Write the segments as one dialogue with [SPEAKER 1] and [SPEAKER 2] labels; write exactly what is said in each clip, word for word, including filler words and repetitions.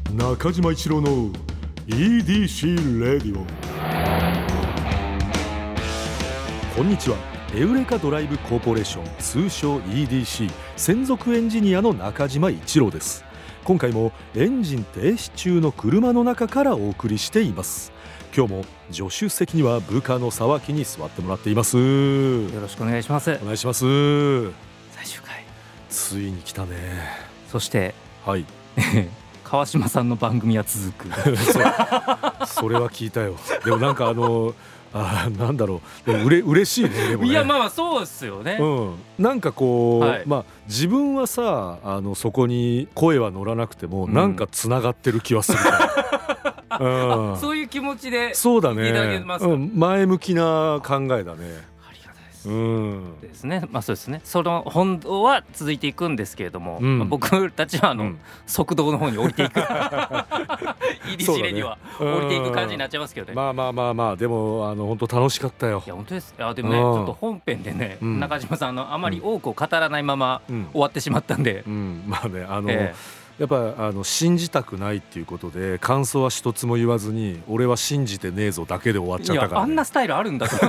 [SPEAKER 1] 中島一郎の イーディーシー レディオ。こんにちは。エウレカドライブコーポレーション、通称 イーディーシー 専属エンジニアの中島一郎です。今回もエンジン停止中の車の中からお送りしています。今日も助手席には部下の沢木に座ってもらっています。
[SPEAKER 2] よろしくお願いします。
[SPEAKER 1] お願いします。
[SPEAKER 2] 最終回
[SPEAKER 1] ついに来たね。
[SPEAKER 2] そして
[SPEAKER 1] はい
[SPEAKER 2] 川島さんの番組は続く
[SPEAKER 1] そ, それは聞いたよ。でもなんかあのあなんだろう、でもうれ嬉しいね。でもね、
[SPEAKER 2] いやまあまあそうですよね、
[SPEAKER 1] うん、なんかこう、はい、まあ自分はさあのそこに声は乗らなくても、うん、なんかつながってる気はするからうん、
[SPEAKER 2] そういう気持ちで
[SPEAKER 1] そうだね、
[SPEAKER 2] いただけますか、
[SPEAKER 1] うん、前向きな考えだね。
[SPEAKER 2] ありがたいです、
[SPEAKER 1] うん、
[SPEAKER 2] ですね。まあそうですね。その本堂は続いていくんですけれども、うん、まあ、僕たちはあの、うん、側道の方に降りていくイーディーシーレディは降りていく感じになっちゃいますけどね。
[SPEAKER 1] まあまあまあまあ、でもあの本当楽しかったよ。
[SPEAKER 2] いや本当です。いやでもね、ちょっと本編でね、うん、中島さんのあまり多くを語らないまま終わってしまったんで、
[SPEAKER 1] うんうん、まあねあの、えーやっぱあの信じたくないっていうことで感想は一つも言わずに、俺は信じてねえぞだけで終わっちゃったから、ね、
[SPEAKER 2] いやあんなスタイルあるんだと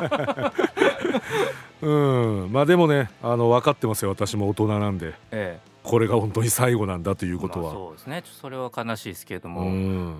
[SPEAKER 1] うん、まあでもねあの分かってますよ。私も大人なんで、
[SPEAKER 2] ええ、
[SPEAKER 1] これが本当に最後なんだということは、
[SPEAKER 2] まあ、そうですね。それは悲しいですけれども、うん、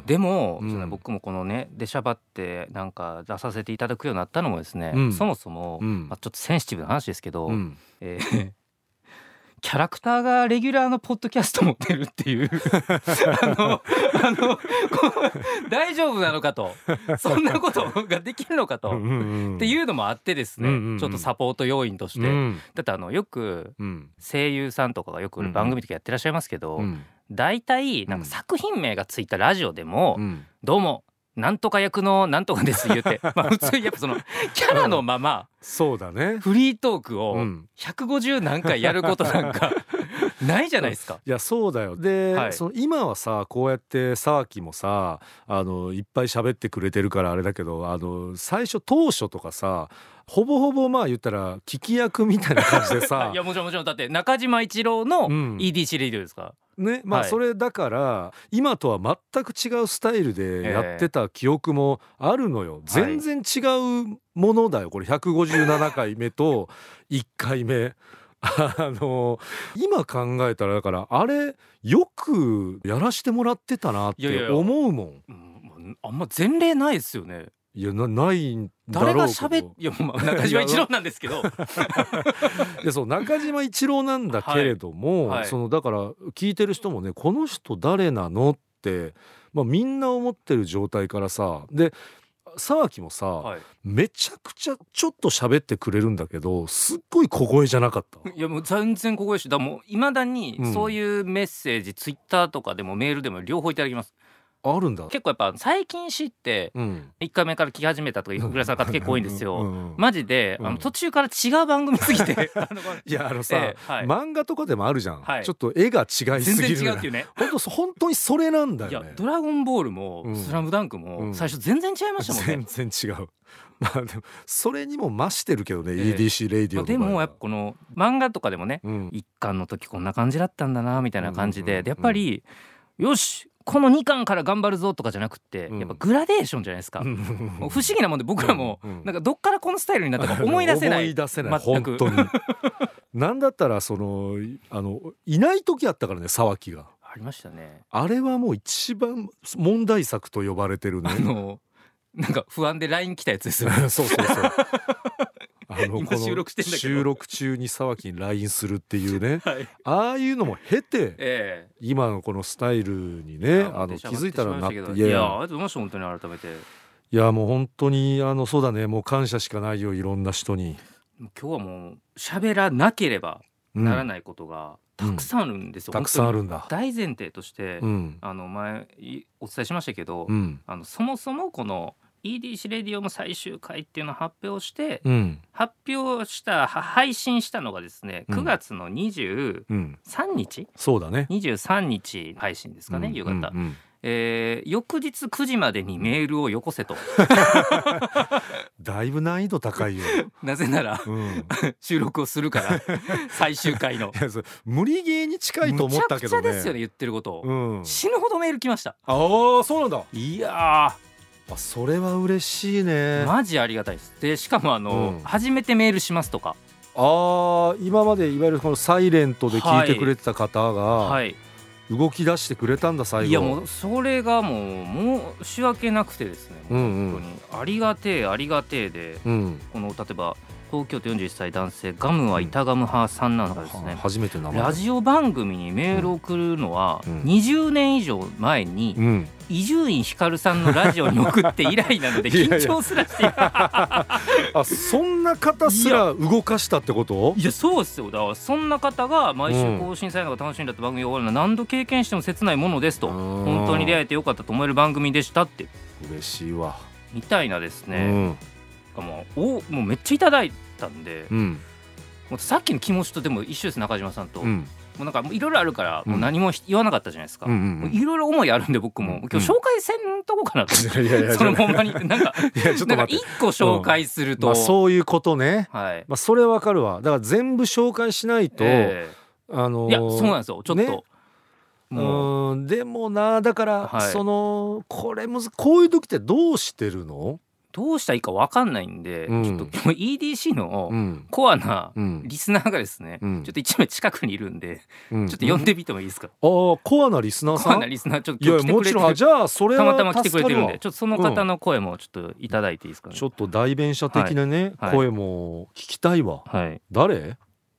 [SPEAKER 2] でも、うん、僕もこのね出しゃばってなんか出させていただくようになったのもですね、うん、そもそも、うんまあ、ちょっとセンシティブな話ですけど、うんえーキャラクターがレギュラーのポッドキャスト持ってるっていうあのあの大丈夫なのかと、そんなことができるのかとっていうのもあってですね、うんうんうん、ちょっとサポート要員として、うん、だってあのよく声優さんとかがよく番組とかやってらっしゃいますけど、うん、大体なんか作品名がついたラジオでも、うん、どうもなんとか役のなんとかです言ってまあ普通にやっぱそのキャラのまま
[SPEAKER 1] そうだね、
[SPEAKER 2] フリートークをひゃくごじゅう何回やることなんかないじゃないですか。
[SPEAKER 1] いやそうだよ。で、はい、その今はさこうやって沢木もさあのいっぱい喋ってくれてるからあれだけど、あの最初当初とかさほぼほぼまあ言ったら聞き役みたいな感じでさ
[SPEAKER 2] いやもちろんもちろん、だって中島一郎の イーディーシー レディオですから、
[SPEAKER 1] うんね、まあそれだから、はい、今とは全く違うスタイルでやってた記憶もあるのよ、えー、全然違うものだよこれひゃくごじゅうななかいめといっかいめあの今考えたらだからあれよくやらしてもらってたなって思うもん。いやいや、
[SPEAKER 2] うん、あんま前例ないですよね。
[SPEAKER 1] いや な, ないんだろうけど、
[SPEAKER 2] 誰が喋っいやもう中島一郎なんですけど
[SPEAKER 1] いやそう中島一郎なんだけれども、はいはい、そのだから聞いてる人もねこの人誰なのって、まあ、みんな思ってる状態からさで沢木もさ、はい、めちゃくちゃちょっと喋ってくれるんだけどすっごい小声じゃなかった？
[SPEAKER 2] いやもう全然小声し、だもう未だにそういうメッセージ、うん、ツイッターとかでもメールでも両方いただきます。
[SPEAKER 1] あるんだ。結
[SPEAKER 2] 構やっぱ最近知っていっかいめから聞き始めたとかいうぐらいさん方結構多いんですよ、うんうん、マジで、うん、あの途中から違う番組すぎて
[SPEAKER 1] いやあのさ、えーはい、漫画とかでもあるじゃん、はい、ちょっと絵が違いすぎる、
[SPEAKER 2] 全然違うっていうね
[SPEAKER 1] 本当本当にそれなんだよね。
[SPEAKER 2] いやドラゴンボールも、うん、スラムダンクも最初全然違いましたもんね、
[SPEAKER 1] うん、全然違うまあでもそれにも増してるけどね、えー、イーディーシー レイディオの場合は。
[SPEAKER 2] でもやっぱこの漫画とかでもね、うん、一巻の時こんな感じだったんだなみたいな感じで、うんうんうん、でやっぱりよしこのにかんから頑張るぞとかじゃなくて、うん、やっぱグラデーションじゃないですか、うん、不思議なもんで僕らもなんかどっからこのスタイルになったか思い出せない
[SPEAKER 1] 思い出せない本当になんだったらそのあのいない時あったからね沢木が
[SPEAKER 2] ありましたね。
[SPEAKER 1] あれはもう一番問題作と呼ばれてるね。
[SPEAKER 2] あのなんか不安で ライン 来たやつですよね
[SPEAKER 1] そうそうそうあの
[SPEAKER 2] 今収録してんだけど
[SPEAKER 1] 収録中に沢木に ライン するっていうね、はい、ああいうのも経て、えー、今のこのスタイルにねあの気づいたらなって、いや
[SPEAKER 2] いやありがとうございました本当に改めて。
[SPEAKER 1] いやもう本当にあのそうだね、もう感謝しかないよいろんな人に。
[SPEAKER 2] 今日はもう喋らなければならないことがたくさんあるんですよ、
[SPEAKER 1] うん、たくさんあるんだ。
[SPEAKER 2] 大前提として、うん、あの前お伝えしましたけど、うん、あのそもそもこのイーディーシー レディオも最終回っていうのを発表して、うん、発表した配信したのがですね、うん、くがつのにじゅうさんにち、
[SPEAKER 1] うん、そうだね
[SPEAKER 2] にじゅうさんにち配信ですかね、うん、夕方、うんうん、 えー、翌日くじまでにメールをよこせと
[SPEAKER 1] だいぶ難易度高いよ
[SPEAKER 2] なぜなら、うん、収録をするから最終回の
[SPEAKER 1] いや無理ゲーに近いと思ったけどね。
[SPEAKER 2] むちゃくちゃですよね言ってること、うん、死ぬほどメール来ました。
[SPEAKER 1] ああそうなんだ。
[SPEAKER 2] いや
[SPEAKER 1] ーそれは嬉しいね。
[SPEAKER 2] マジありがたいです。でしかもあの、うん、初めてメールしますとか、
[SPEAKER 1] あ今までいわゆるこのサイレントで聞いてくれてた方が、はいはい動き出してくれたんだ最後。
[SPEAKER 2] いやもうそれがもう申し訳なくてですね、うんうん、本当にありがてえありがてえで、うん、この例えば東京都よんじゅういっさい男性ガムは板ガム派さんなんかですね、
[SPEAKER 1] 初めて名前
[SPEAKER 2] ラジオ番組にメールを送るのはにじゅうねん以上前に伊集院光さんのラジオに送って以来なので緊張すらしている
[SPEAKER 1] あそんな方すら動かしたってこと？
[SPEAKER 2] いやそうですよ。だからそんな方が毎週更新されるのが楽しみだった番組を何度経験しても切ないものですと、本当に出会えてよかったと思える番組でしたって
[SPEAKER 1] 嬉しいわ
[SPEAKER 2] みたいなですね、うん、もうおもうめっちゃいただいたんで、うん、もうさっきの気持ちとでも一緒です。中島さんと、うん、もうなんかいろいろあるからもう何も言わなかったじゃないですか。いろいろ思いあるんで僕も今日紹介せんとこかなと、うん、いやいやそのほんまになんか一個紹介すると、
[SPEAKER 1] うんまあ、そういうことね、はいまあ、それわかるわ。だから全部紹介しないと、えー、あのー、
[SPEAKER 2] いやそうなんですよちょっと、ね
[SPEAKER 1] もううんでもなだから、はい、そのこれむずこういう時ってどうしてるの？
[SPEAKER 2] どうしたらいいか分かんないんで、うん、ちょっと今日 イーディーシー のコアなリスナーがですね、うん、ちょっと一名近くにいるんで、うん、ちょっと呼んでみてもいいですか？
[SPEAKER 1] ああコアなリスナーさん、
[SPEAKER 2] コアなリスナーちょっと今日来てくれてる。いやもちろんじゃあそれはたまたま来てくれてるんで、ちょっとその方の声もちょっといただいていいですかね。
[SPEAKER 1] ちょっと代弁者的なね、はい、声も聞きたいわ、はい、誰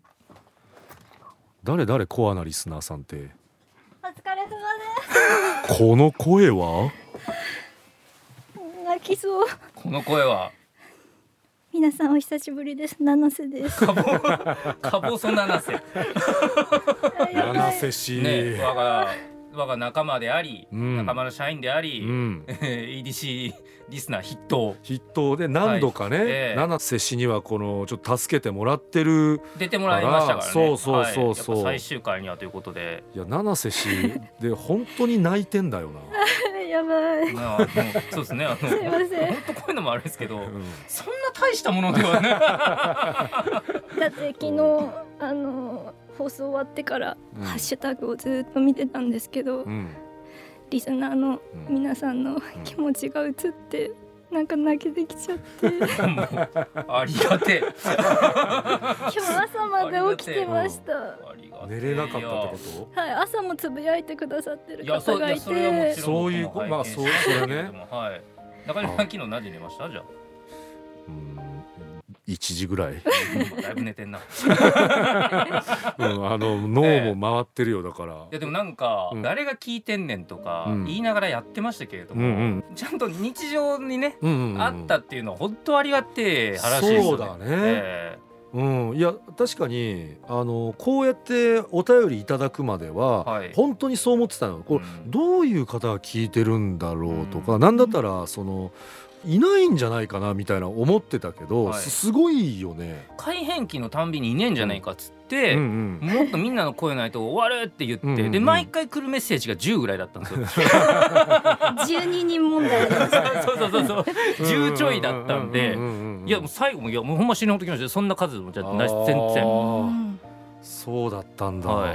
[SPEAKER 1] 誰誰コアなリスナーさんって。
[SPEAKER 3] お疲れ様
[SPEAKER 1] ですこの声は
[SPEAKER 3] 泣きそう。
[SPEAKER 2] この声は
[SPEAKER 3] 皆さんお久しぶりです。七瀬です。
[SPEAKER 2] かぼかぼそ七瀬
[SPEAKER 1] 七瀬氏、
[SPEAKER 2] ね、我が我が仲間であり、うん、仲間の社員であり、うん、イーディーシー リスナー筆頭
[SPEAKER 1] 筆頭で何度かね、はいえー、七瀬氏にはこのちょっと助けてもらってる
[SPEAKER 2] 出てもらいましたからね。
[SPEAKER 1] そうそうそうそう、
[SPEAKER 2] はい、最終回にはということで。
[SPEAKER 1] いや七瀬氏で本当に泣いてんだよな
[SPEAKER 3] やばい。
[SPEAKER 2] まあ、そうですね。あの
[SPEAKER 3] すいません。
[SPEAKER 2] 本当こういうのもあるんですけど、うん、そんな大したものではない
[SPEAKER 3] だって昨日あの放送終わってから、うん、ハッシュタグをずっと見てたんですけど、うん、リスナーの皆さんの気持ちが映って、うん、なんか泣けてきちゃって
[SPEAKER 2] ありがてえ
[SPEAKER 3] 今日朝まで起きてました。
[SPEAKER 1] 寝れなかったってこと？
[SPEAKER 3] はい、朝もつぶやいてくださってる方がいて、いやいやそ
[SPEAKER 1] そういうまあそうそれね。
[SPEAKER 2] はい。中島さん昨日何時寝ました？じゃあ。
[SPEAKER 1] うんいちじぐらい。
[SPEAKER 2] だいぶ寝てんな。
[SPEAKER 1] うん、あの脳も回ってるよだから。い
[SPEAKER 2] やでもなんか、うん、誰が聞いてんねんとか言いながらやってましたけれども、うんうん、ちゃんと日常にね、うんうんうん、あったっていうのは本当ありがてえ話ですよね。
[SPEAKER 1] そうだね。えーうん、いや確かにあのこうやってお便りいただくまでは、はい、本当にそう思ってたの。これ、うん、どういう方が聞いてるんだろうとか、うん、なんだったらそのいないんじゃないかなみたいな思ってたけど、はい、すごいよね。
[SPEAKER 2] 改編期のたんびにいねえんじゃないかっつって、うんうん、もっとみんなの声ないと終わるって言って、うんうんうん、で毎回来るメッセージがじゅうぐらいだったんですよ。
[SPEAKER 3] じゅうににん問題
[SPEAKER 2] そうそうそうそうじゅうちょいだったんで、いやもう最後もいやもうほんま死ぬほどきました。そんな数もじゃない全然。
[SPEAKER 1] そうだったんだ、
[SPEAKER 2] はい、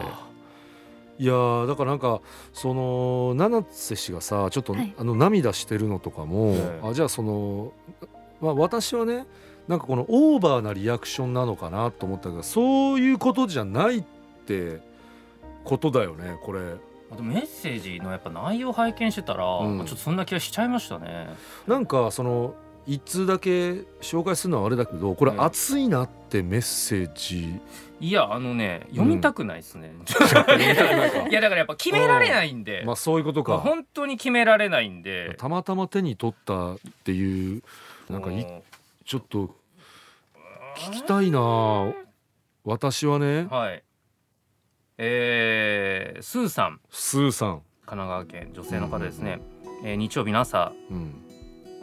[SPEAKER 1] いやだからなんかその七瀬氏がさちょっと、はい、あの涙してるのとかも、あじゃあその、まあ、私はねなんかこのオーバーなリアクションなのかなと思ったけどそういうことじゃないってことだよねこれ。
[SPEAKER 2] あとメッセージのやっぱ内容拝見してたら、うん、ちょっとそんな気がしちゃいましたね。
[SPEAKER 1] なんかその一通だけ紹介するのはあれだけどこれ熱いなってメッセージ、
[SPEAKER 2] いやあのね読みたくないですね、うん、いやだからやっぱ決められないんで、
[SPEAKER 1] まあそういうことか。
[SPEAKER 2] 本当に決められないんで
[SPEAKER 1] たまたま手に取ったっていうなんかいちょっと聞きたいな私はね。
[SPEAKER 2] はいえー、スーさん
[SPEAKER 1] スーさん
[SPEAKER 2] 神奈川県女性の方ですね、うんえー、日曜日の朝、うん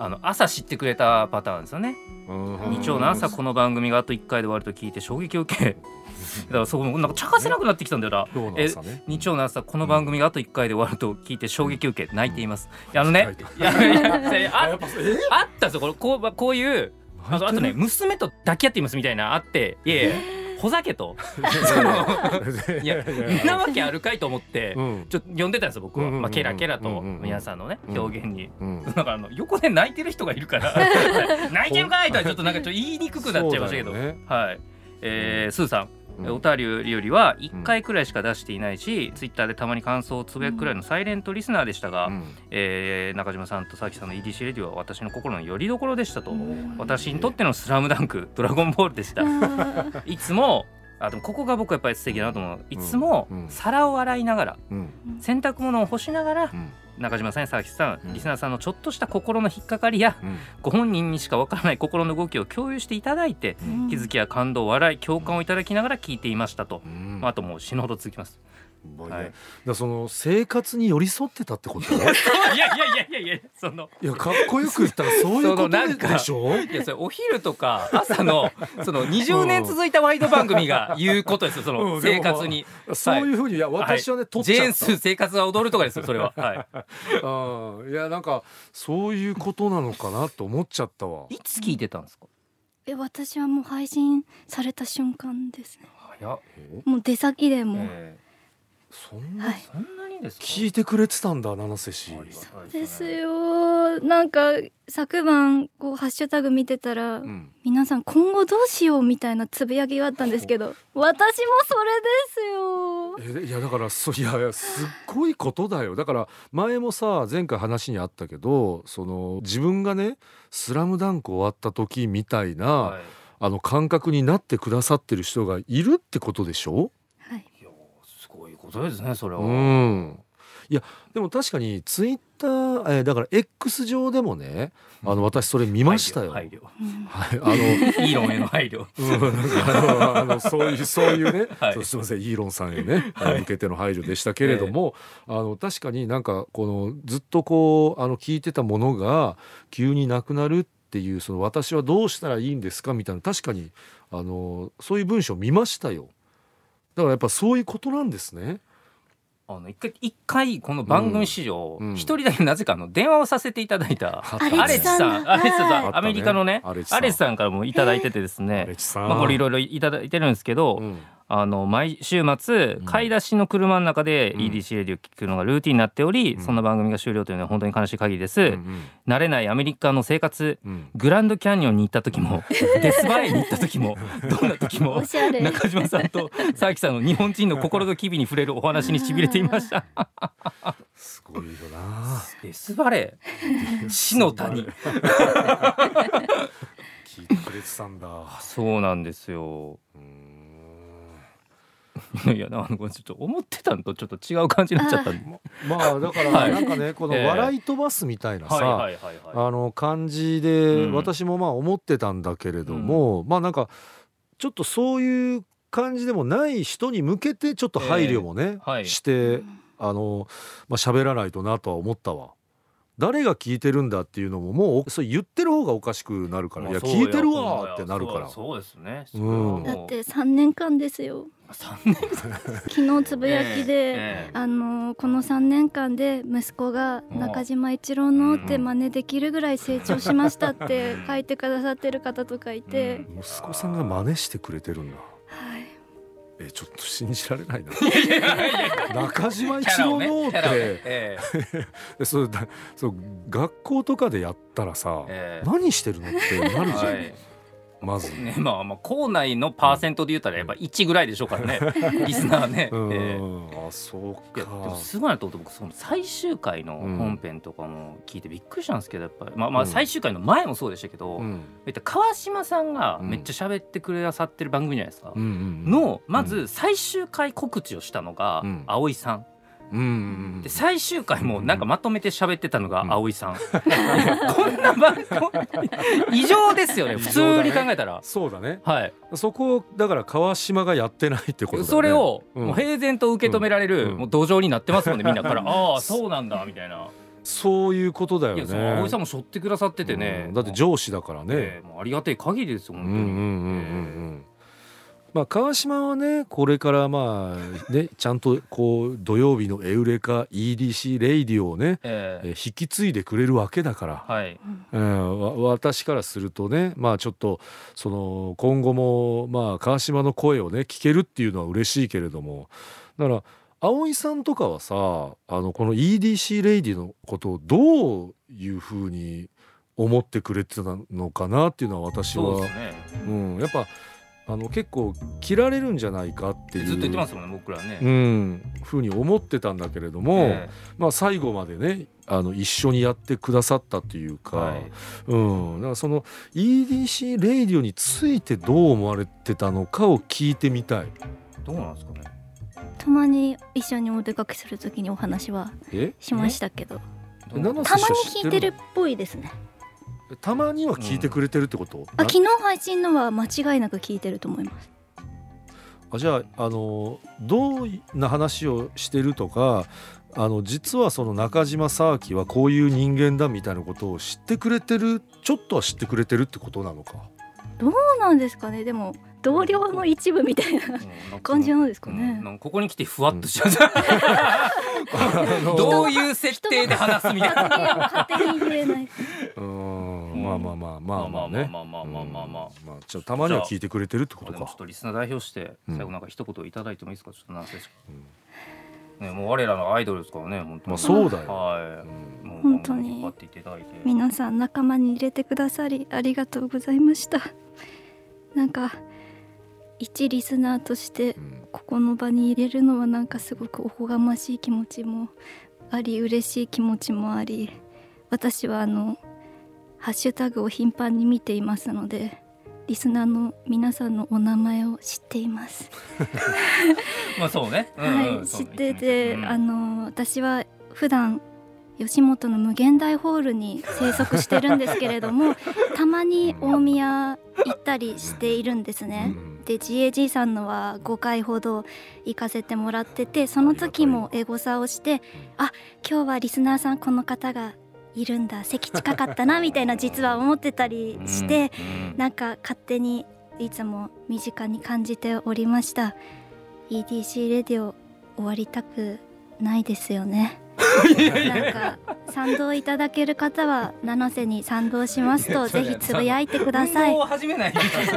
[SPEAKER 2] あの朝知ってくれたパターンですよね。日曜の朝この番組があといっかいで終わると聞いて衝撃を受けだからそこなんか茶化せなくなってきたんだよな、ね、え日曜の朝この番組があといっかいで終わると聞いて衝撃を受け泣いています。いやあのねいやいやあ, あったんですよこれこう、こういうあとね娘と抱き合っていますみたいなあっていやいやほざけといやなわけあるかいと思ってちょっと読んでたんですよ僕は、まあ、ケラケラと皆さんのね表現にだからあの横で泣いてる人がいるから泣いてるかいとはちょっとなんかちょっと言いにくくなっちゃいましたけど、ねはいえー、スーさんおたりよりはいっかいくらいしか出していないし、うん、ツイッターでたまに感想をつぶやくくらいのサイレントリスナーでしたが、うんえー、中島さんと佐々木さんの イーディーシー レディオは私の心の拠り所でしたと、うん、私にとってのスラムダンクドラゴンボールでしたいつもあでもここが僕はやっぱり素敵だなと思ういつも皿を洗いながら、うん、洗濯物を干しながら、うん中島さんや佐々木さん、うん、リスナーさんのちょっとした心の引っかかりや、うん、ご本人にしかわからない心の動きを共有していただいて、うん、気づきや感動笑い共感をいただきながら聞いていましたと、うんまあ、あともう死ぬほど続きます、
[SPEAKER 1] はい、だその生活に寄り添ってたってこといやい
[SPEAKER 2] やいやいやいやその
[SPEAKER 1] いやかっこよく言ったらそういうことでしょ
[SPEAKER 2] いやそれお昼とか朝のそのにじゅうねん続いたワイド番組が言うことですよその生活に、
[SPEAKER 1] うん、そういうふうにいや私はね、はい、撮っちゃった
[SPEAKER 2] ジェーンスー生活は踊るとかですよそれは、はい、
[SPEAKER 1] あいやなんかそういうことなのかなと思っちゃったわ。
[SPEAKER 2] いつ聞いてたんですか？
[SPEAKER 3] え私はもう配信された瞬間ですね。
[SPEAKER 2] 早っ
[SPEAKER 3] もう出先でも、えー
[SPEAKER 1] そんな、
[SPEAKER 2] はい、そんなにですか？
[SPEAKER 1] 聞いてくれてたんだ七瀬氏。
[SPEAKER 3] そうですよ。なんか昨晩こうハッシュタグ見てたら、うん、皆さん今後どうしようみたいなつぶやきがあったんですけど私もそれですよ。
[SPEAKER 1] えいやだからそいやいやすっごいことだよ。だから前もさ前回話にあったけどその自分がねスラムダンク終わった時みたいな、はい、あの感覚になってくださってる人がいるってことでしょ？
[SPEAKER 2] こういうことですねそれは。
[SPEAKER 1] うんいやでも確かにツイッター、えー、だから X 上でもねあの私それ見ましたよ。
[SPEAKER 2] 配慮
[SPEAKER 1] 配慮、はい、あの
[SPEAKER 2] イーロンへの配慮、
[SPEAKER 1] うん、なんかあのあのそういうそういうね、はい、すみませんイーロンさんへね、はい、向けての配慮でしたけれども、えー、あの確かになんかこのずっとこうあの聞いてたものが急になくなるっていうその私はどうしたらいいんですかみたいな確かにあのそういう文章見ましたよ。だからやっぱそういうことなんですね。
[SPEAKER 2] あの一回一回この番組史上一、うん、人だけなぜかの電話をさせていただいたアレチさん、アレチさん、アメリカのねアレチさんからもいただいててですね、まあこれいろいろいただいてるんですけど、うん、あの毎週末買い出しの車の中で イーディーシー レディを聞くのがルーティンになっており、うん、そんな番組が終了というのは本当に悲しい限りです、うんうん、慣れないアメリカの生活、うん、グランドキャニオンに行った時もデスバレーに行った時もどんな時も中島さんと佐々木さんの日本人の心と機微に触れるお話にしびれていました
[SPEAKER 1] すごいよな。
[SPEAKER 2] デスバレー死の谷
[SPEAKER 1] 聞いてくれてたんだ。
[SPEAKER 2] そうなんですよ。うーんいやなんかちょっと思ってたのとちょっと違う感じになっちゃったんで
[SPEAKER 1] まあだからなんかね、はい、この笑い飛ばすみたいなさあの感じで私もまあ思ってたんだけれども、うん、まあなんかちょっとそういう感じでもない人に向けてちょっと配慮もね、えーはい、してあのまあ喋らないとなとは思ったわ。誰が聞いてるんだっていうのももうそれ言ってる方がおかしくなるから、いや聞いてるわってなるから。
[SPEAKER 2] そうですね、
[SPEAKER 3] うん、だってさんねんかんですよ。
[SPEAKER 2] さんねん
[SPEAKER 3] 昨日つぶやきで、えーえー、あのこのさんねんかんで息子が中島一郎のって真似できるぐらい成長しましたって書いてくださってる方とかいて、
[SPEAKER 1] うん、息子さんが真似してくれてるんだ。
[SPEAKER 3] はい。
[SPEAKER 1] えちょっと信じられないな中島一郎のって、えー、そうだそう学校とかでやったらさ、えー、何してるのってなるじゃん、はい、まず
[SPEAKER 2] ね、まあまあ校内のパーセントで言ったらやっぱいちぐらいでしょうからね、うん、リスナーね、
[SPEAKER 1] うん、えー、あそうか。いや
[SPEAKER 2] でもすごいなと思って僕その最終回の本編とかも聞いてびっくりしたんですけどやっぱり、まあ、まあ最終回の前もそうでしたけど、うん、川島さんがめっちゃ喋ってくださってる番組じゃないですか、うん、のまず最終回告知をしたのが葵さん、うん、で最終回もなんかまとめて喋ってたのが葵さん、うん、こんな番組異常ですよね普通に考えたら。
[SPEAKER 1] そうだね、
[SPEAKER 2] はい、
[SPEAKER 1] そこだから川島がやってないってことだよね。
[SPEAKER 2] それをもう平然と受け止められる、うん、もう土壌になってますもんねみんなからああそうなんだみたいな。
[SPEAKER 1] そういうことだよね。
[SPEAKER 2] いや、葵さんも背負ってくださっててね、
[SPEAKER 1] うん、だって上司だからね、
[SPEAKER 2] えー、もうありがたい限りですよ本当に。うんうんうんうん、
[SPEAKER 1] えーまあ、川島はねこれからまあねちゃんとこう土曜日のエウレカ イーディーシー レイディオをね、えー、引き継いでくれるわけだから、はい、えー、私からするとねまあちょっとその今後もまあ川島の声をね聞けるっていうのは嬉しいけれども、だから葵さんとかはさあのこの イーディーシー レイディのことをどういうふうに思ってくれてたのかなっていうのは私は、そうですね、うん、やっぱあの結構切られるんじゃないかっていう
[SPEAKER 2] ずっと言ってますもんね僕らね、
[SPEAKER 1] うん、ふうに思ってたんだけれども、えーまあ、最後までねあの一緒にやってくださったというか、はい、うん、だからその イーディーシー レイディオについてどう思われてたのかを聞いてみたい。
[SPEAKER 2] どうなんですかね。
[SPEAKER 3] たまに一緒にお出かけするときにお話はしましたけど、たまに聞いてるっぽいですね。
[SPEAKER 1] たまには聞いてくれてるってこと、うん、
[SPEAKER 3] あ昨日配信のは間違いなく聞いてると思います。
[SPEAKER 1] あじゃあ、あのどうな話をしてるとかあの実はその中島サーキはこういう人間だみたいなことを知ってくれてるちょっとは知ってくれてるってことなのか。
[SPEAKER 3] どうなんですかね。でも同僚の一部みたいな感じなんですかね、
[SPEAKER 2] うん、ここに来てふわっとしちゃう、うん、どういう設定で話すみたいな
[SPEAKER 3] 勝手に言えない
[SPEAKER 1] うんまあまあまあまあまあね
[SPEAKER 2] まあまあまあまあまあまあ
[SPEAKER 1] まあちょっとたまには聞いてくれてるってことか。
[SPEAKER 2] ちょっとリスナー代表して最後なんか一言いただいてもいいですか。ちょっと何せ、うんね、もう我らのアイドルですからね本当に。
[SPEAKER 1] まあそうだよ、
[SPEAKER 2] はい、
[SPEAKER 3] もう本当に皆さん仲間に入れてくださりありがとうございました。なんか一リスナーとしてここの場に入れるのはなんかすごくおこがましい気持ちもあり嬉しい気持ちもあり、私はあのハッシュタグを頻繁に見ていますのでリスナーの皆さんのお名前を知っています
[SPEAKER 2] まあそうね、
[SPEAKER 3] うんうん、はい、知ってて、うん、あの私は普段吉本の無限大ホールに生息してるんですけれどもたまに大宮行ったりしているんですね。で ジーエージー さんのはごかいほど行かせてもらってて、その時もエゴサをしてあ今日はリスナーさんこの方がいるんだ席近かったなみたいな実は思ってたりして、なんか勝手にいつも身近に感じておりました。 イーディーシー レディオ終わりたくないですよねなんか賛同いただける方は七瀬に賛同しますとぜひつぶやいてください。
[SPEAKER 2] 運動を始めない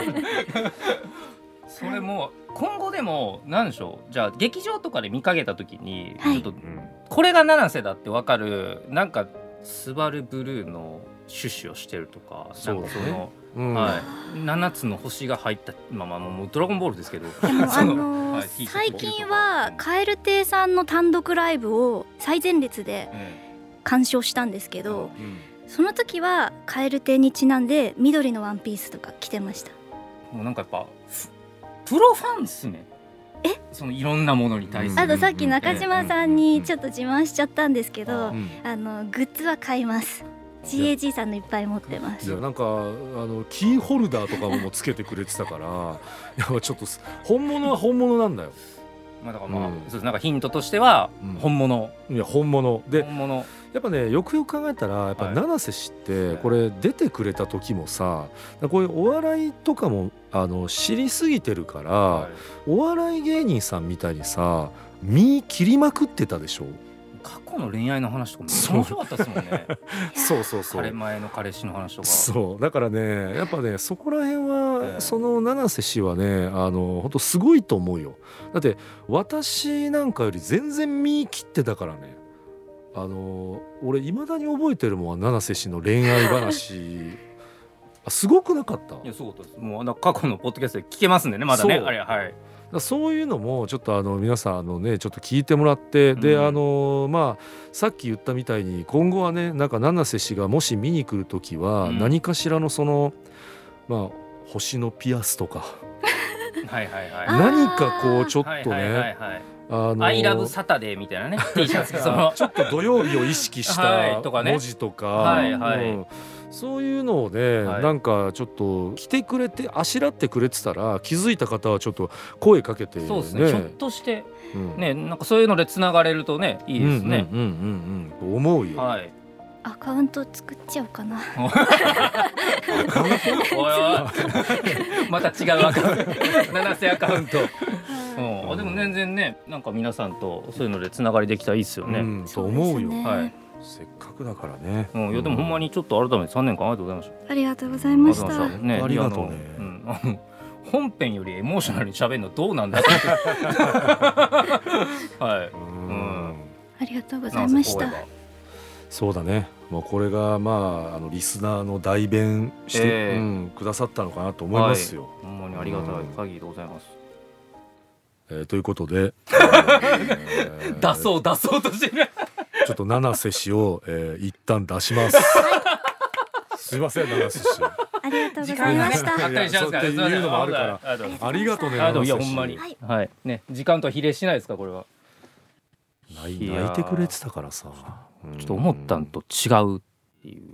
[SPEAKER 2] それも今後でも何でしょう、じゃあ劇場とかで見かけた時に、はい、ちょっとこれが七瀬だって分かるなんかスバルブルーの趣旨をしてるとか、
[SPEAKER 1] そうですね、
[SPEAKER 2] なんかその、うんはい、ななつの星が入ったまあまあもうドラゴンボールですけど
[SPEAKER 3] でもあのーはい、最近は蛙亭さんの単独ライブを最前列で鑑賞したんですけど、うんうん、その時は蛙亭にちなんで緑のワンピースとか着てました。
[SPEAKER 2] もうなんかやっぱプロファンですね。
[SPEAKER 3] え
[SPEAKER 2] そのいろんなものに対する、
[SPEAKER 3] あとさっき中島さんにちょっと自慢しちゃったんですけど、うん、あのグッズは買います。ジーエージー さんのいっぱい持ってます。
[SPEAKER 1] いやなんかあのキーホルダーとかもつけてくれてたからいやちょっと本物は本物なんだよ。
[SPEAKER 2] まあだからまあ、うん、そうです。なんかヒントとしては本物、
[SPEAKER 1] うん、いや本物で
[SPEAKER 2] 本物
[SPEAKER 1] やっぱねよくよく考えたらやっぱ七瀬氏ってこれ出てくれた時もさ、こういうお笑いとかもあの知りすぎてるから、はい、お笑い芸人さんみたいにさ身切りまくってたでしょ。
[SPEAKER 2] 過去の恋愛の話とかも面白かったですもんね
[SPEAKER 1] そうそうそう、
[SPEAKER 2] 彼前の彼氏の話とか。
[SPEAKER 1] そうだからねやっぱねそこら辺は、えー、その七瀬氏はねあの本当すごいと思うよ。だって私なんかより全然身切ってたからね。あの俺いまだに覚えてるもん七瀬氏の恋愛話あすごくなかった？い
[SPEAKER 2] やすごかったです。もうあの過去のポッドキャストで聞けますんでねまだねあれはい。
[SPEAKER 1] そういうのもちょっとあの皆さんあのねちょっと聞いてもらって、うん、であのまあさっき言ったみたいに今後はねなんか七瀬氏がもし見に来るときは何かしらのその、うん、まあ星のピアスとか
[SPEAKER 2] はいはい、はい、
[SPEAKER 1] 何かこうちょっとね
[SPEAKER 2] アイラブサタデーみたいなね T シャツ
[SPEAKER 1] そのちょっと土曜日を意識した文字とか、
[SPEAKER 2] はいはい、うん、
[SPEAKER 1] そういうのをね、はい、なんかちょっと来てくれてあしらってくれてたら気づいた方はちょっと声かけて、ね、
[SPEAKER 2] そうですね、ひょっとして、うんね、なんかそういうのでつながれるとねいいですね。
[SPEAKER 1] うんうんうんうん、と思うよ、
[SPEAKER 2] はい、
[SPEAKER 3] アカウント作っちゃおうかな。
[SPEAKER 2] アカウントおいおいまた違うアカウント七瀬アカウント、うん、でも全然ねなんか皆さんとそういうのでつながりできたらいいですよね、うん、
[SPEAKER 1] と思うよ、
[SPEAKER 2] はい、
[SPEAKER 1] せっかくだからね、
[SPEAKER 2] うん、いやでもほんまにちょっと改めてさんねんかんありがとうございました。
[SPEAKER 3] ありがとうございました。
[SPEAKER 2] ね、
[SPEAKER 1] ありがとうね、
[SPEAKER 2] うん、本編よりエモーショナルに喋るのどうなんだってはい、うん、
[SPEAKER 3] ありがとうございました。
[SPEAKER 1] そうだね、もうこれがまああのリスナーの代弁して、えーうん、くださったのかなと思いますよ、はい、
[SPEAKER 2] ほんまにありがたい限りでございます、
[SPEAKER 1] うんえー、ということで、
[SPEAKER 2] えー、出そう出そうとしてる
[SPEAKER 1] ちょっと七瀬氏を、えー、一旦出します。すいません七瀬氏。
[SPEAKER 3] ありがとうございました。
[SPEAKER 2] あったりしますから。
[SPEAKER 1] っていうのもあるから。ありがとうね。
[SPEAKER 2] いやほんまに。はいね時間とは比例しないですかこれは。
[SPEAKER 1] 泣いてくれてたからさ。
[SPEAKER 2] ちょっと思ったんと違うっていう。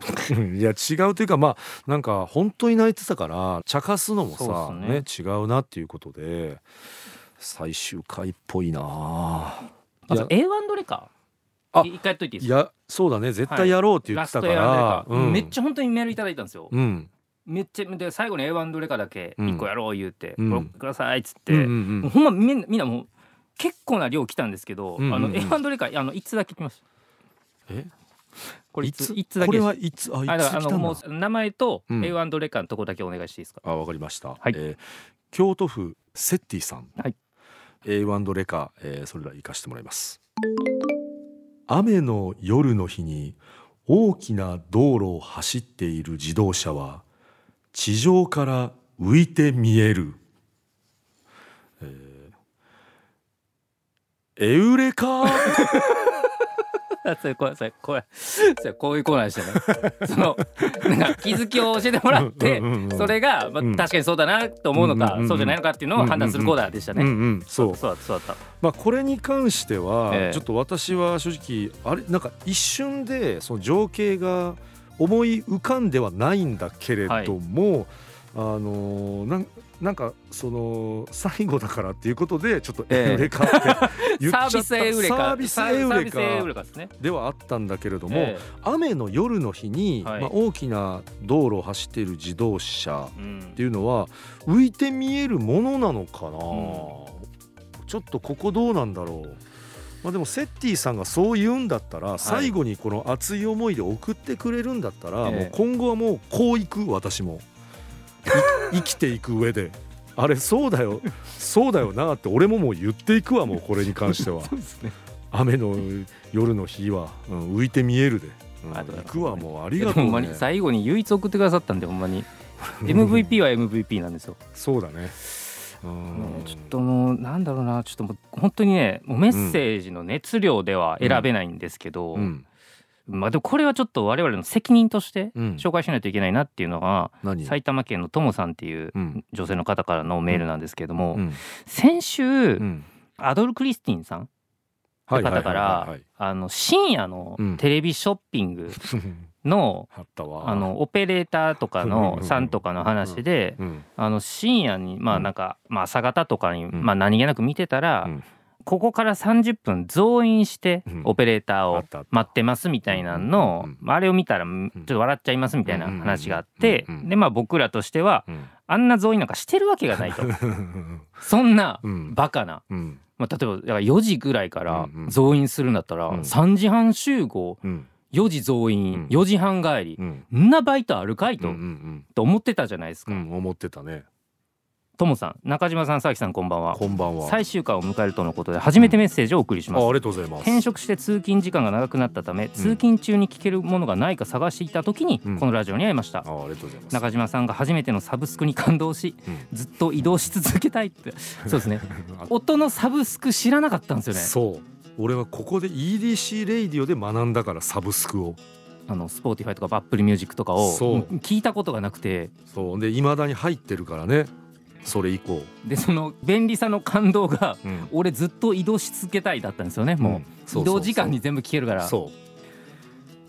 [SPEAKER 1] いや違うというかまあなんか本当に泣いてたから茶化すのもさね違うなっていうことで最終回っぽいな。
[SPEAKER 2] あと エーワン どれか。
[SPEAKER 1] あ
[SPEAKER 2] 一回やっといていいですか。
[SPEAKER 1] いやそうだね絶対やろうって言ってたから、
[SPEAKER 2] はいうん、めっちゃ本当にメールいただいたんですよ、
[SPEAKER 1] うん、
[SPEAKER 2] めっちゃで最後に エーワン どれかだけいっこやろう言うて、
[SPEAKER 1] うん、
[SPEAKER 2] これくださいっつって、うんうんうん、もうほんまみんなみんなもう結構な量来たんですけど、うんうんうん、あの エーワン どれかあのいっつだけ来ました。
[SPEAKER 1] え
[SPEAKER 2] これいついつだけ
[SPEAKER 1] これはいつあいつ来たんだ。
[SPEAKER 2] あのもう名前と エーワン どれかのとこだけお願いしていいですか。
[SPEAKER 1] あわかりました、
[SPEAKER 2] はい
[SPEAKER 1] えー、京都府セッティさん、
[SPEAKER 2] はい、
[SPEAKER 1] エーワン どれか、えー、それら行かしてもらいます。雨の夜の日に大きな道路を走っている自動車は地上から浮いて見える、えー、エウレカ
[SPEAKER 2] それこれそれこれそれこういうコーナーでしたね。そのなんか気づきを教えてもらってそれが、まあ、確かにそうだなと思うのか、うん、そうじゃないのかっていうのを判断するコーナーでしたね。
[SPEAKER 1] うんうん、そう
[SPEAKER 2] そうだそうだった。
[SPEAKER 1] まあこれに関しては、
[SPEAKER 2] ええ、
[SPEAKER 1] ちょっと私は正直あれなんか一瞬でその情景が思い浮かんではないんだけれども、はい、あのー、なんなんかその最後だからっていうことでちょっとエウレカって言っちゃった、
[SPEAKER 2] サービスエウレカ
[SPEAKER 1] サービスエウレカではあったんだけれども、えー、雨の夜の日に、はいまあ、大きな道路を走っている自動車っていうのは、うん、浮いて見えるものなのかな、うん、ちょっとここどうなんだろう。まあ、でもセッティさんがそう言うんだったら、はい、最後にこの熱い思いで送ってくれるんだったら、えー、もう今後はもうこういく私も生きていく上であれそうだよそうだよなって俺ももう言っていくわもうこれに関しては
[SPEAKER 2] そうですね、
[SPEAKER 1] 雨の夜の日は、うん、浮いて見えるで、うん、行くわもうありがとうね。
[SPEAKER 2] ほんまに最後に唯一送ってくださったんでほんまにエムブイピー は エムブイピー なんですよ。
[SPEAKER 1] そうだね。
[SPEAKER 2] うんちょっともうなんだろうなちょっともう本当にねもうメッセージの熱量では選べないんですけど、うんうんまあ、でもこれはちょっと我々の責任として紹介しないといけないなっていうのが、うん、埼玉県のともさんっていう女性の方からのメールなんですけども、うん、先週、うん、アドル・クリスティンさんって方から深夜のテレビショッピングの、うん、あのオペレーターとかのさんとかの話で、うん、あの深夜にまあなんか、まあ、朝方とかに、まあ、何気なく見てたら、うんここからさんじゅっぷん増員してオペレーターを待ってますみたいなのをあれを見たらちょっと笑っちゃいますみたいな話があってでまあ僕らとしてはあんな増員なんかしてるわけがないとそんなバカなまあ例えばよじぐらいから増員するんだったらさんじはん集合よじ増員よじはん帰りんなバイトあるかいとと思ってたじゃないですか。
[SPEAKER 1] 思ってたね。
[SPEAKER 2] ともさん、中島さん、佐々木さんこんばんは。
[SPEAKER 1] こんばんは。
[SPEAKER 2] 最終回を迎えるとのことで初めてメッセージをお送りします、
[SPEAKER 1] うん、あ, ありがとうございます。
[SPEAKER 2] 転職して通勤時間が長くなったため、うん、通勤中に聞けるものがないか探していた時に、うん、このラジオに会いました。あ
[SPEAKER 1] ありがとうございます。
[SPEAKER 2] 中島さんが初めてのサブスクに感動し、うん、ずっと移動し続けたいってそうですね音のサブスク知らなかったんですよね。
[SPEAKER 1] そう俺はここで イーディーシー レイディオで学んだからサブスクを
[SPEAKER 2] あの Spotify とか Apple Music とかを聞いたことがなくて
[SPEAKER 1] そうで未だに入ってるからね。それ以降
[SPEAKER 2] でその便利さの感動が、うん、俺ずっと移動し続けたいだったんですよね。もう、うん、移動時間に全部聞けるから。
[SPEAKER 1] そう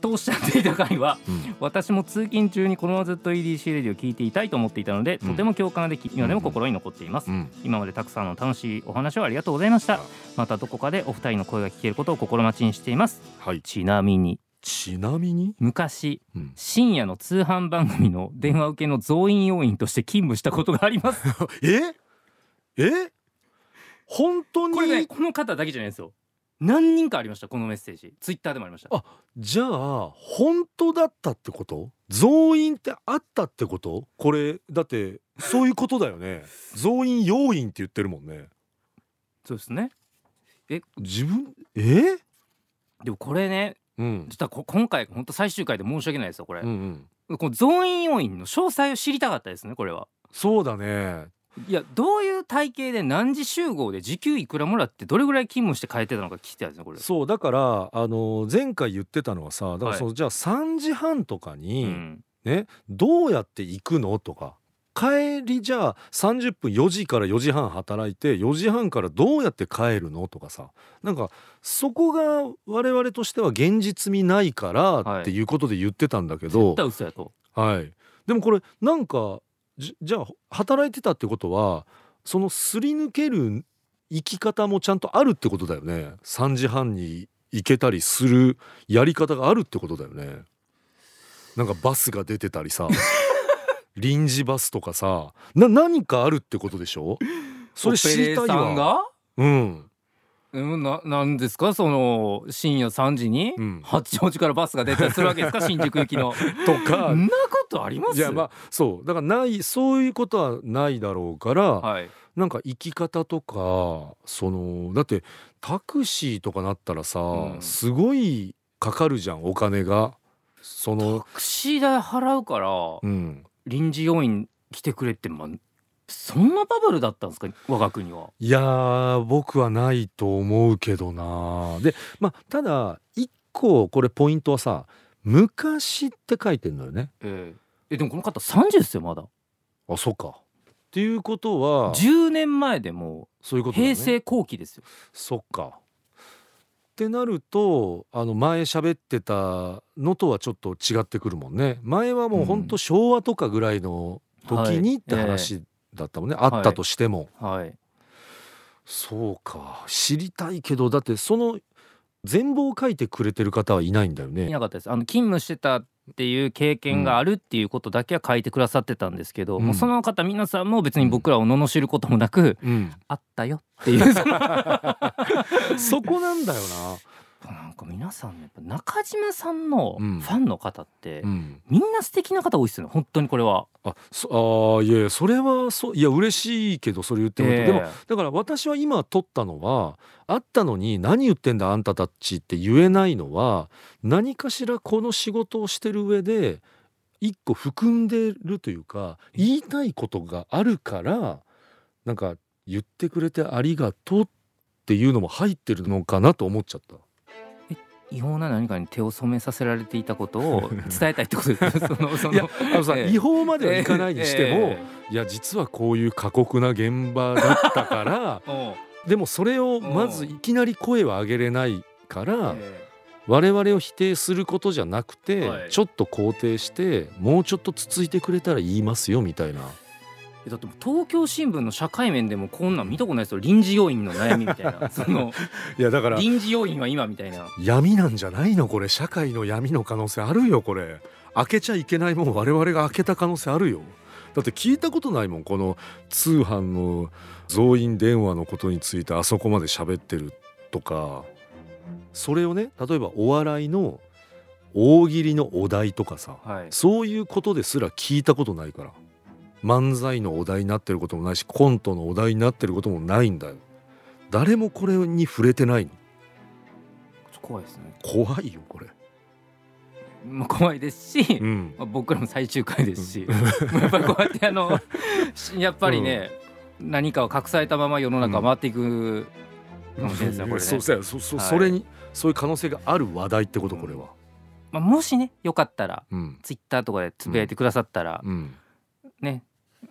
[SPEAKER 2] とおっしゃっていた回は、
[SPEAKER 1] うん、
[SPEAKER 2] 私も通勤中にこのままずっと イーディーシー レディを聞いていたいと思っていたので、うん、とても共感でき今でも心に残っています、うん、今までたくさんの楽しいお話をありがとうございました。またどこかでお二人の声が聞けることを心待ちにしています、はい、ちなみに
[SPEAKER 1] ちなみに
[SPEAKER 2] 昔、うん、深夜の通販番組の電話受けの増員要員として勤務したことがあります
[SPEAKER 1] ええ本当に
[SPEAKER 2] これね、この方だけじゃないですよ、何人かありました。このメッセージツイッターでもありました。
[SPEAKER 1] あ、じゃあ本当だったってこと？増員ってあったってこと？これだってそういうことだよね増員要員って言ってるもんね。
[SPEAKER 2] そうですね。え
[SPEAKER 1] 自分え
[SPEAKER 2] でもこれね、うん、実はこ今回本当最終回で申し訳ないですよこれ、うんうん、この増員要員の詳細を知りたかったですね。これは
[SPEAKER 1] そうだね。
[SPEAKER 2] いや、どういう体系で何時集合で時給いくらもらってどれぐらい勤務して帰ってたのか聞きたいですねこれ。
[SPEAKER 1] そうだからあの前回言ってたのはさ、だからその、はい、じゃあさんじはんとかに、うん、ね、どうやって行くのとか、帰りじゃあさんじゅっぷんよじからよじはん働いてよじはんからどうやって帰るのとかさ、なんかそこが我々としては現実味ないからっていうことで言ってたんだけど、
[SPEAKER 2] 絶対嘘やと。
[SPEAKER 1] はい。でもこれなんかじ, じゃあ働いてたってことはそのすり抜ける生き方もちゃんとあるってことだよね。さんじはんに行けたりするやり方があるってことだよね。なんかバスが出てたりさ臨時バスとかさな何かあるってことでしょ。それ知りたいわ。オペレーさんが
[SPEAKER 2] うんな, なんですかその深夜さんじに、うん、八王子からバスが出たりするわけですか新宿行きの
[SPEAKER 1] とか
[SPEAKER 2] そんなことあります？
[SPEAKER 1] いやまあそうだからないそういうことはないだろうから、はい、なんか生き方とかそのだってタクシーとかなったらさ、うん、すごいかかるじゃんお金が。その
[SPEAKER 2] タクシー代払うから、うん、臨時要員来てくれってまあそんなバブルだったんですか我が国は。
[SPEAKER 1] いやー僕はないと思うけどな。でまあただ一個これポイントはさ昔って書いてんのよね。
[SPEAKER 2] えー、えでもこの方さんじゅうですよまだ。
[SPEAKER 1] あそっか。っていうことは
[SPEAKER 2] じゅうねんまえでもそういうことだね。平成後期ですよ。
[SPEAKER 1] そっか。ってなるとあの前喋ってたのとはちょっと違ってくるもんね。前はもうほんと昭和とかぐらいの時にって話、はいえーだったもんね。あったとしても、はいはい、そうか知りたいけどだってその全貌を書いてくれてる方はいないんだよね。
[SPEAKER 2] いなかったです。あの勤務してたっていう経験があるっていうことだけは書いてくださってたんですけど、うん、もうその方皆さんも別に僕らを罵ることもなく、うん、あったよっていう
[SPEAKER 1] そこなんだよな。
[SPEAKER 2] なんか皆さんやっぱ中島さんのファンの方って、うん、みんな素敵な方多いですよね本当にこれは。
[SPEAKER 1] あそあいやそれはそういや嬉しいけどそれ言ってもらって、えー、でもだから私は今撮ったのはあったのに何言ってんだあんたたちって言えないのは何かしらこの仕事をしてる上で一個含んでるというか言いたいことがあるからなんか言ってくれてありがとうっていうのも入ってるのかなと思っちゃった。
[SPEAKER 2] 違法な何かに手を染めさせられていたことを伝えたいってことですそのその
[SPEAKER 1] いやあのさ、えー、違法まではいかないにしても、えー、いや実はこういう過酷な現場だったからでもそれをまずいきなり声を上げれないから、えー、我々を否定することじゃなくて、はい、ちょっと肯定してもうちょっとつついてくれたら言いますよみたいな。
[SPEAKER 2] だって東京新聞の社会面でもこんなん見たことないですよ。臨時要員の悩みみたいなその
[SPEAKER 1] いやだから
[SPEAKER 2] 臨時要員は今みたいな
[SPEAKER 1] 闇なんじゃないのこれ。社会の闇の可能性あるよこれ。開けちゃいけないもん我々が開けた可能性あるよ。だって聞いたことないもんこの通販の増員電話のことについてあそこまで喋ってるとか。それをね例えばお笑いの大喜利のお題とかさ、はい、そういうことですら聞いたことないから。漫才のお題になってることもないしコントのお題になってることもないんだよ。誰もこれに触れてないの。
[SPEAKER 2] 怖いですね。
[SPEAKER 1] 怖いよこれ。
[SPEAKER 2] まあ、怖いですし、うんまあ、僕らも最終回ですし、うん、やっぱりこうやってあのやっぱりね、うん、何かを隠されたまま世の中を回っていくかもしれないですね、うん、これね。
[SPEAKER 1] そうそうそそ、はい、それにそういう可能性がある話題ってことこれは、
[SPEAKER 2] まあ、もしねよかったら、うん、ツイッターとかでつぶやいてくださったら、うん、ね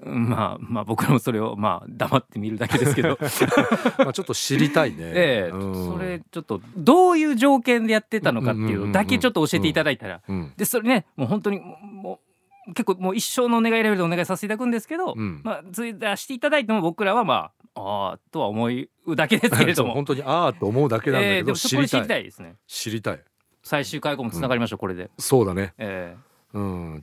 [SPEAKER 2] まあまあ僕らもそれをまあ黙って見るだけですけど
[SPEAKER 1] まあちょっと知りたいね、
[SPEAKER 2] ええ、うん、それちょっとどういう条件でやってたのかっていうのだけちょっと教えていただいたら、うんうん、でそれねもう本当にもう結構もう一生のお願いレベルでお願いさせていただくんですけど、うん、まあつい出していただいても僕らはまあああとは思うだけですけれども
[SPEAKER 1] 本当にああと思うだけなんだけど、えー、でも
[SPEAKER 2] 知りたい知りたいですね。
[SPEAKER 1] 知りたい。
[SPEAKER 2] 最終回後もつながりましょう、うん、これで。
[SPEAKER 1] そうだね、
[SPEAKER 2] えー
[SPEAKER 1] うん、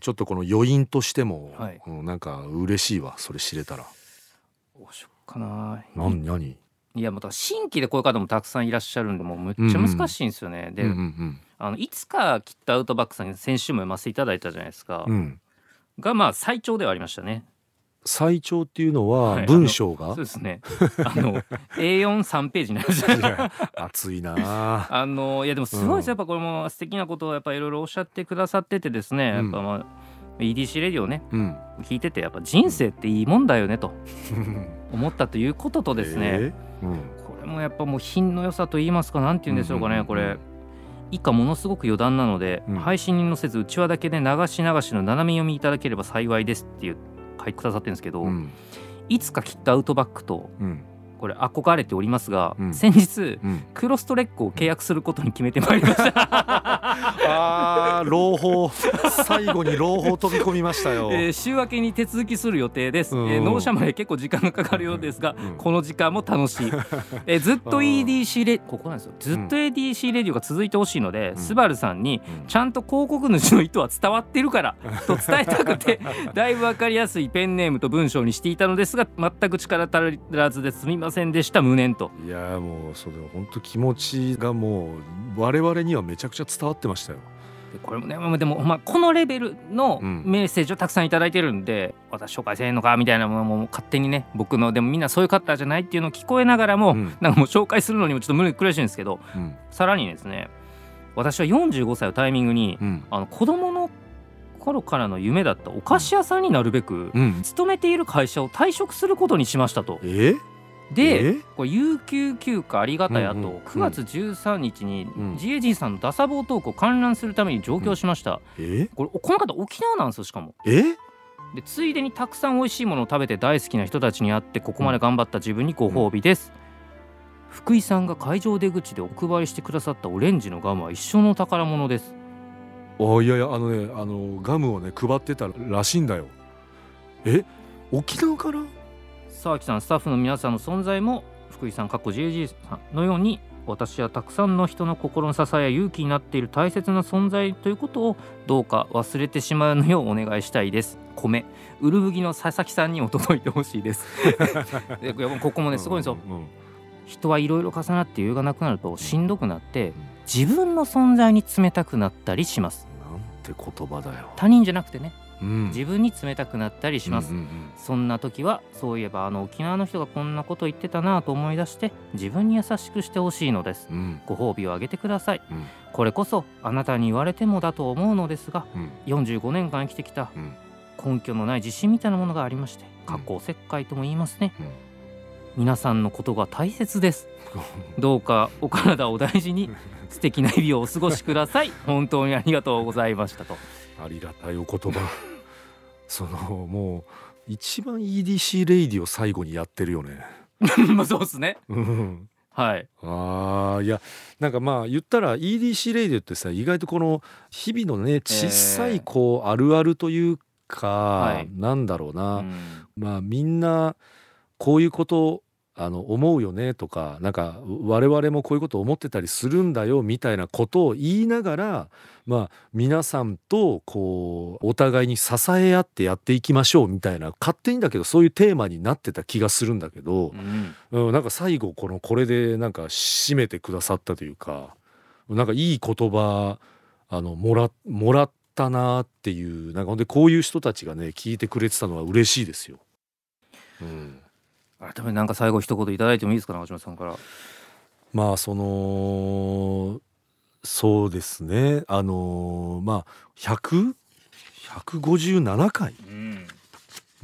[SPEAKER 1] ちょっとこの余韻としても、はい、うん、なんか嬉しいわそれ知れたら。
[SPEAKER 2] どうしよっかな。
[SPEAKER 1] 何何
[SPEAKER 2] いやまた新規でこういう方もたくさんいらっしゃるんでもうむっちゃ難しいんですよね、うんうん、で、うんうんうん、あのいつかきっとアウトバックさんに先週も読ませていただいたじゃないですか、うん、がまあ最長ではありましたね。
[SPEAKER 1] 最長っていうのは文章が、はい、
[SPEAKER 2] そうですねあの エーよんさん ページになりました
[SPEAKER 1] 熱いな
[SPEAKER 2] あのいやでもすごいです、うん、やっぱこれも素敵なことをやっぱいろいろおっしゃってくださっててですね、うん、やっぱまあ イーディーシー レディオね、うん、聞いててやっぱ人生っていいもんだよねと思ったということとですね、えーうん、これもやっぱもう品の良さと言いますかなんて言うんでしょうかね、うんうんうん、これ以下ものすごく余談なので、うん、配信に載せず内輪だけで流し流しの斜め読みいただければ幸いですっていう書いてくださってるんですけど、うん、いつかきっとアウトバックと、うん、これ憧れておりますが、うん、先日、うん、クロストレックを契約することに決めてまいりました
[SPEAKER 1] あー朗報最後に朗報飛び込みましたよ、
[SPEAKER 2] えー、週明けに手続きする予定です、うんえー、納車まで結構時間がかかるようですが、うん、この時間も楽しい、えー、ずっと イーディーシー レここなんですよずっと エーディーシー レディオが続いてほしいので、うん、スバルさんにちゃんと広告主の意図は伝わってるからと伝えたくてだいぶ分かりやすいペンネームと文章にしていたのですが全く力足らずですみませんでした無念と。
[SPEAKER 1] いやもうそれ本当気持ちがもう我々にはめちゃくちゃ伝わってましたよ。
[SPEAKER 2] でこれもねでも、まあ、このレベルのメッセージをたくさんいただいてるんで、うん、私紹介せんのかみたいなものも勝手にね僕のでもみんなそういう方じゃないっていうのを聞こえながらも、うん、なんかもう紹介するのにもちょっと胸苦しいんですけど、うん、さらにですね私はよんじゅうごさいをタイミングに、うん、あの子供の頃からの夢だったお菓子屋さんになるべく、うん、勤めている会社を退職することにしましたと。
[SPEAKER 1] え
[SPEAKER 2] でこれ有給休暇ありがたやと、うんうん、くがつじゅうさんにちに ジェージー さんのダサ坊トークを観覧するために上京しました、うん、えこれこの方沖縄なんですよ。しかも
[SPEAKER 1] え
[SPEAKER 2] でついでにたくさん美味しいものを食べて大好きな人たちに会ってここまで頑張った自分にご褒美です、うん、福井さんが会場出口でお配りしてくださったオレンジのガムは一生の宝物です。
[SPEAKER 1] あいやいやあのねあのガムをね配ってたらしいんだよ。え沖縄から
[SPEAKER 2] 沢木さんスタッフの皆さんの存在も福井さん ジェージー さんのように私はたくさんの人の心の支えや勇気になっている大切な存在ということをどうか忘れてしまうのようお願いしたいです。米ウルブギの佐々木さんにも届いてほしいですでここもねすごいんですよ、うんうんうん、人はいろいろ重なって余裕がなくなるとしんどくなって自分の存在に冷たくなったりします。
[SPEAKER 1] なんて言葉だよ。
[SPEAKER 2] 他人じゃなくてねうん、自分に冷たくなったりします、うんうんうん、そんな時はそういえばあの沖縄の人がこんなこと言ってたなと思い出して自分に優しくしてほしいのです、うん、ご褒美をあげてください、うん、これこそあなたに言われてもだと思うのですが、うん、よんじゅうごねんかん生きてきた根拠のない自信みたいなものがありまして過去おせっかいとも言いますね、うん、皆さんのことが大切ですどうかお体を大事に素敵な日々をお過ごしください本当にありがとうございましたと。
[SPEAKER 1] ありがたいお言葉そのもう一番 イーディーシー レイディを最後にやってるよね
[SPEAKER 2] まあそうですねはい
[SPEAKER 1] あいやなんかまあ言ったら イーディーシー レイディってさ意外とこの日々のね小さいこうあるあるというか、はい、なんだろうな、うん、まあみんなこういうことあの思うよねとかなんか我々もこういうこと思ってたりするんだよみたいなことを言いながらまあ皆さんとこうお互いに支え合ってやっていきましょうみたいな勝手にだけどそういうテーマになってた気がするんだけど、うんうん、なんか最後このこれでなんか締めてくださったというかなんかいい言葉あのもらもらったなっていうなんかほんでこういう人たちがね聞いてくれてたのは嬉しいですよ。うん
[SPEAKER 2] 改めてなんか最後一言いただいてもいいですか中島さんから。
[SPEAKER 1] まあそのそうですねあのまあひゃく、ひゃくごじゅうななかい、うん、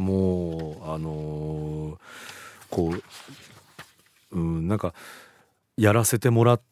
[SPEAKER 1] もうあのこう、うん、なんかやらせてもらって、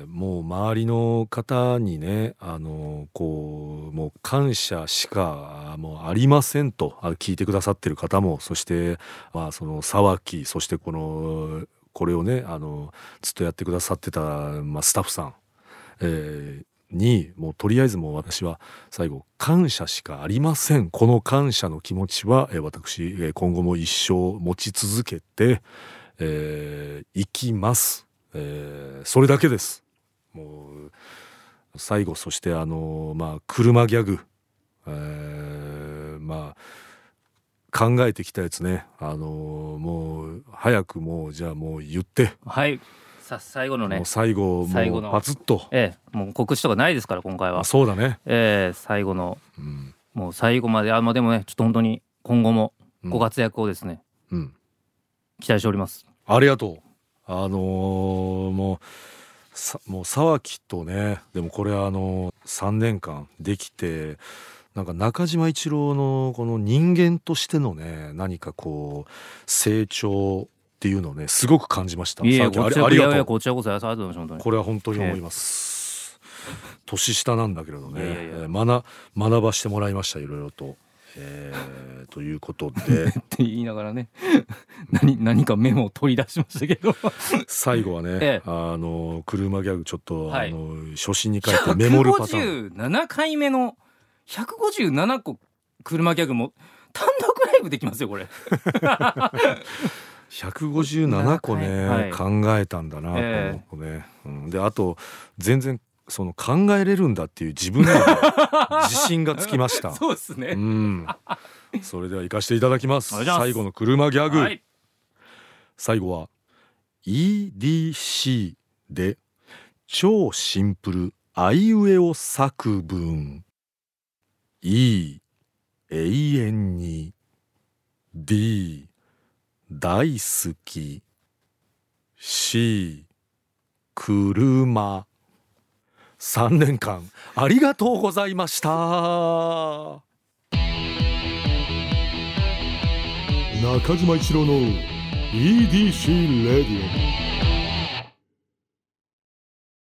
[SPEAKER 1] もう周りの方にね、あのこうもう感謝しかもうありませんと、聞いてくださってる方も、そしてまあその沢木、そしてこのこれをねあのずっとやってくださってた、まあ、スタッフさん、えーにもうとりあえずもう私は最後感謝しかありません。この感謝の気持ちは、えー、私、えー、今後も一生持ち続けて、えー、いきます。えー、それだけです。もう最後、そしてあのまあ車ギャグ、えー、まあ考えてきたやつね、あのもう早くもうじゃあもう言って。
[SPEAKER 2] はい、さ最後のね、
[SPEAKER 1] もう最後もうパツッと、
[SPEAKER 2] ええ、もう告知とかないですから今回は。
[SPEAKER 1] そうだね、
[SPEAKER 2] ええ、最後の、うん、もう最後まで、あまあでもねちょっと本当に今後もご活躍をですね、うん、期待しております。
[SPEAKER 1] ありがとう。あのー、もうさもう沢木とね、でもこれあのさんねんかんできて、なんか中島一郎のこの人間としてのね何かこう成長っていうのをねすごく感じました。
[SPEAKER 2] いやこちらこそ、いやいやこちらこそありがとうございます。本当に
[SPEAKER 1] これは本当に思います、えー、年下なんだけれどね、いやいやいや、えー、学, 学ばしてもらいました、いろいろと。えー、ということで
[SPEAKER 2] って言いながらね何, 何かメモを取り出しましたけど
[SPEAKER 1] 最後はね、ええ、あの車ギャグちょっと、はい、あの初心に帰ってメモるパターン、
[SPEAKER 2] ひゃくごじゅうななかいめのひゃくごじゅうななこ車ギャグも単独ライブできますよこれ
[SPEAKER 1] ひゃくごじゅうななこね、はい、考えたんだな、えーこの子ね、うん、であと全然その考えれるんだっていう自分の自信がつきました
[SPEAKER 2] そうですね、
[SPEAKER 1] うん、それでは行かせていただきます。最後の車ギャグ、はい、最後は イーディーシー で超シンプルあいうえお作文。 E 永遠に D 大好き C 車。さんねんかんありがとうございました。中島一郎の イーディーシー レディオ。